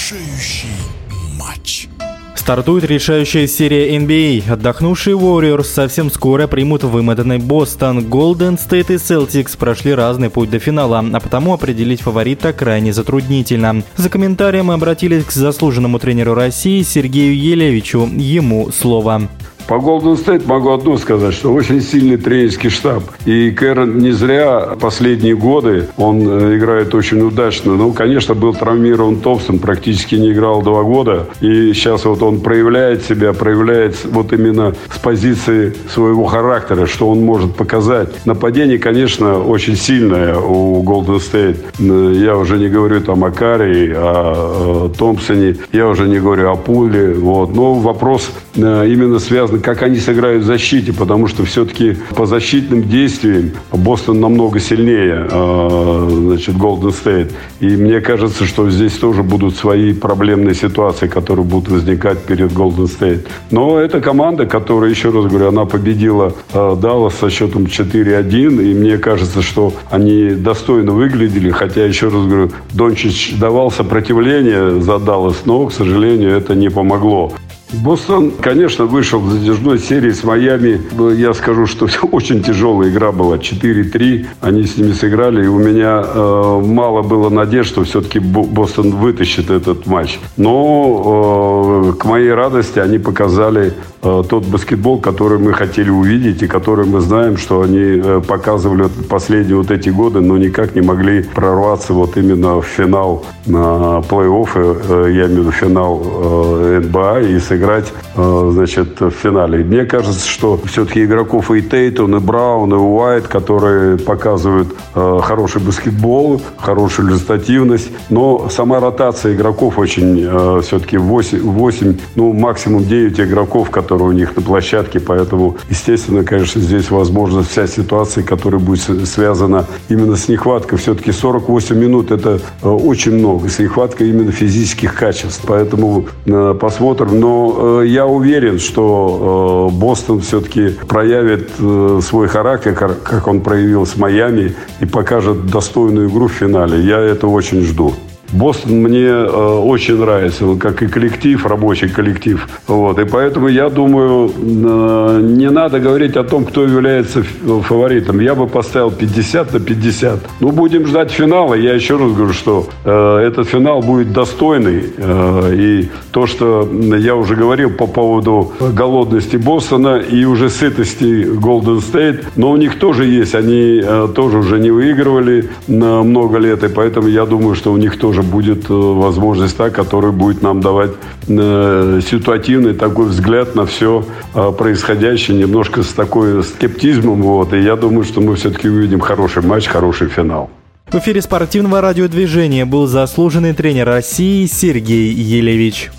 Решающий матч. Стартует решающая серия NBA. Отдохнувшие Warriors совсем скоро примут вымотанный Бостон. Golden State и Celtics прошли разный путь до финала, а потому определить фаворита крайне затруднительно. За комментарием мы обратились к заслуженному тренеру России Сергею Елевичу. Ему слово. По Golden State могу одно сказать, что очень сильный тренерский штаб. И Кэрон не зря последние годы он играет очень удачно. Ну, конечно, был травмирован Томпсон, практически не играл 2 года. И сейчас вот он проявляет себя, проявляет вот именно с позиции своего характера, что он может показать. Нападение, конечно, очень сильное у Golden State. Я уже не говорю там о Карри, о Томпсоне, я уже не говорю о Пуле. Вот. Но вопрос именно связан, как они сыграют в защите, потому что все-таки по защитным действиям Бостон намного сильнее, значит, Golden State. И мне кажется, что здесь тоже будут свои проблемные ситуации, которые будут возникать перед Golden State. Но это команда, которая, еще раз говорю, она победила Даллас со счетом 4-1. И мне кажется, что они достойно выглядели. Хотя, еще раз говорю, Дончич давал сопротивление за Даллас, но, к сожалению, это не помогло. Бостон, конечно, вышел в затяжной серии с Майами. Я скажу, что очень тяжелая игра была. 4-3. Они с ними сыграли. И у меня мало было надежд, что все-таки Бостон вытащит этот матч. Но, к моей радости, они показали тот баскетбол, который мы хотели увидеть и который мы знаем, что они показывали последние вот эти годы, но никак не могли прорваться вот именно в финал плей-оффа, я имею в виду финал НБА, и сыграть, значит, в финале. Мне кажется, что все-таки игроков и Тейтон, и Браун, и Уайт, которые показывают хороший баскетбол, хорошую результативность, но сама ротация игроков очень все-таки 8, ну, максимум 9 игроков, которые у них на площадке, поэтому, естественно, конечно, здесь возможна вся ситуация, которая будет связана именно с нехваткой. Все-таки 48 минут – это очень много, с нехваткой именно физических качеств, поэтому посмотрим. Но я уверен, что Бостон все-таки проявит свой характер, как он проявил с Майами, и покажет достойную игру в финале. Я этого очень жду. Бостон мне очень нравится, как и коллектив, рабочий коллектив. Вот. И поэтому я думаю, не надо говорить о том, кто является фаворитом. Я бы поставил 50-50. Ну, будем ждать финала. Я еще раз говорю, что этот финал будет достойный. И то, что я уже говорил по поводу голодности Бостона и уже сытости Golden State, но у них тоже есть. Они тоже уже не выигрывали много лет. И поэтому я думаю, что у них тоже будет возможность та, которая будет нам давать ситуативный такой взгляд на все происходящее, немножко с такой скептизмом. Вот. И я думаю, что мы все-таки увидим хороший матч, хороший финал. В эфире спортивного радиодвижения был заслуженный тренер России Сергей Елевич.